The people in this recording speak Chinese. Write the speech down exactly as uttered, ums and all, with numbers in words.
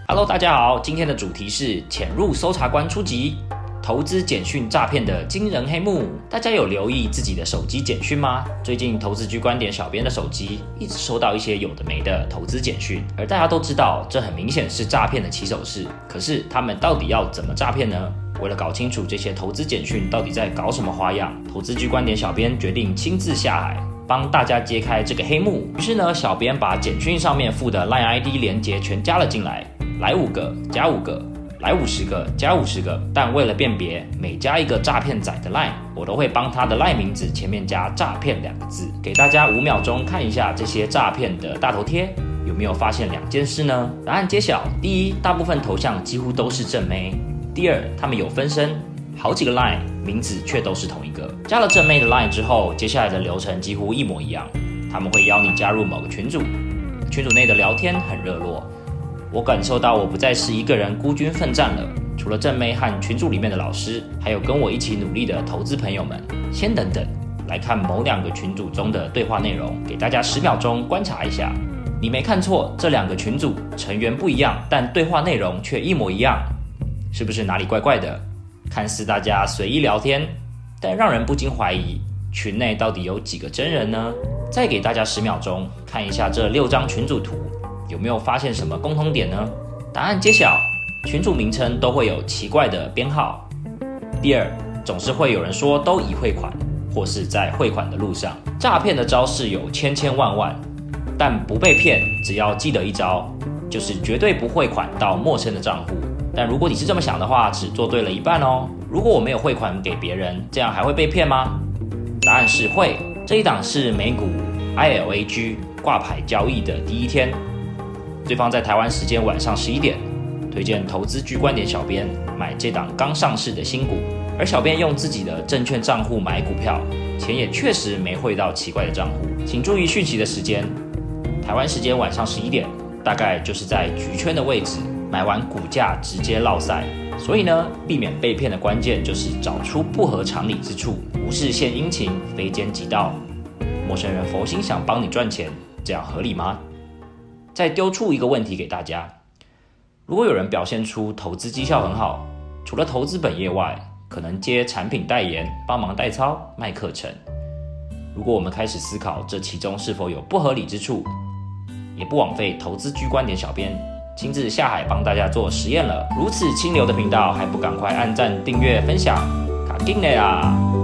Hello， 大家好，今天的主题是潜入搜查官初级投资简讯诈骗的惊人黑幕。大家有留意自己的手机简讯吗？最近投资 G 观点小编的手机一直收到一些有的没的投资简讯，而大家都知道这很明显是诈骗的起手式。可是他们到底要怎么诈骗呢？为了搞清楚这些投资简讯到底在搞什么花样，投资 G 观点小编决定亲自下海，帮大家揭开这个黑幕。于是呢，小编把简讯上面附的 Line I D 连结全加了进来，来五个加五个，来五十个加五十个。但为了辨别每加一个诈骗仔的 Line， 我都会帮他的 Line 名字前面加诈骗两个字。给大家五秒钟看一下这些诈骗的大头贴，有没有发现两件事呢？答案揭晓：第一，大部分头像几乎都是正妹；第二，他们有分身，好几个 Line 名字却都是同一个。加了正妹的 Line 之后，接下来的流程几乎一模一样。他们会邀你加入某个群组，群组内的聊天很热络。我感受到我不再是一个人孤军奋战了，除了正妹和群组里面的老师，还有跟我一起努力的投资朋友们。先等等，来看某两个群组中的对话内容，给大家十秒钟观察一下。你没看错，这两个群组成员不一样，但对话内容却一模一样，是不是哪里怪怪的？看似大家随意聊天，但让人不禁怀疑，群内到底有几个真人呢？再给大家十秒钟，看一下这六张群组图，有没有发现什么共同点呢？答案揭晓，群组名称都会有奇怪的编号。第二，总是会有人说都已汇款，或是在汇款的路上。诈骗的招式有千千万万，但不被骗，只要记得一招，就是绝对不汇款到陌生的账户。但如果你是这么想的话，只做对了一半哦。如果我没有汇款给别人，这样还会被骗吗？答案是会。这一档是美股 I L A G 挂牌交易的第一天，对方在台湾时间晚上十一点推荐投资 G 观点小编买这档刚上市的新股，而小编用自己的证券账户买股票，钱也确实没汇到奇怪的账户。请注意讯息的时间，台湾时间晚上十一点，大概就是在橘圈的位置，买完股价直接落赛。所以呢，避免被骗的关键就是找出不合常理之处，无事献殷勤，非奸即盗。陌生人佛心想帮你赚钱，这样合理吗？再丢出一个问题给大家，如果有人表现出投资绩效很好，除了投资本业外，可能接产品代言，帮忙代操，卖课程。如果我们开始思考这其中是否有不合理之处，也不枉费投资 G 观点小编亲自下海帮大家做实验了。如此清流的频道，还不赶快按赞、订阅、分享？卡定了呀！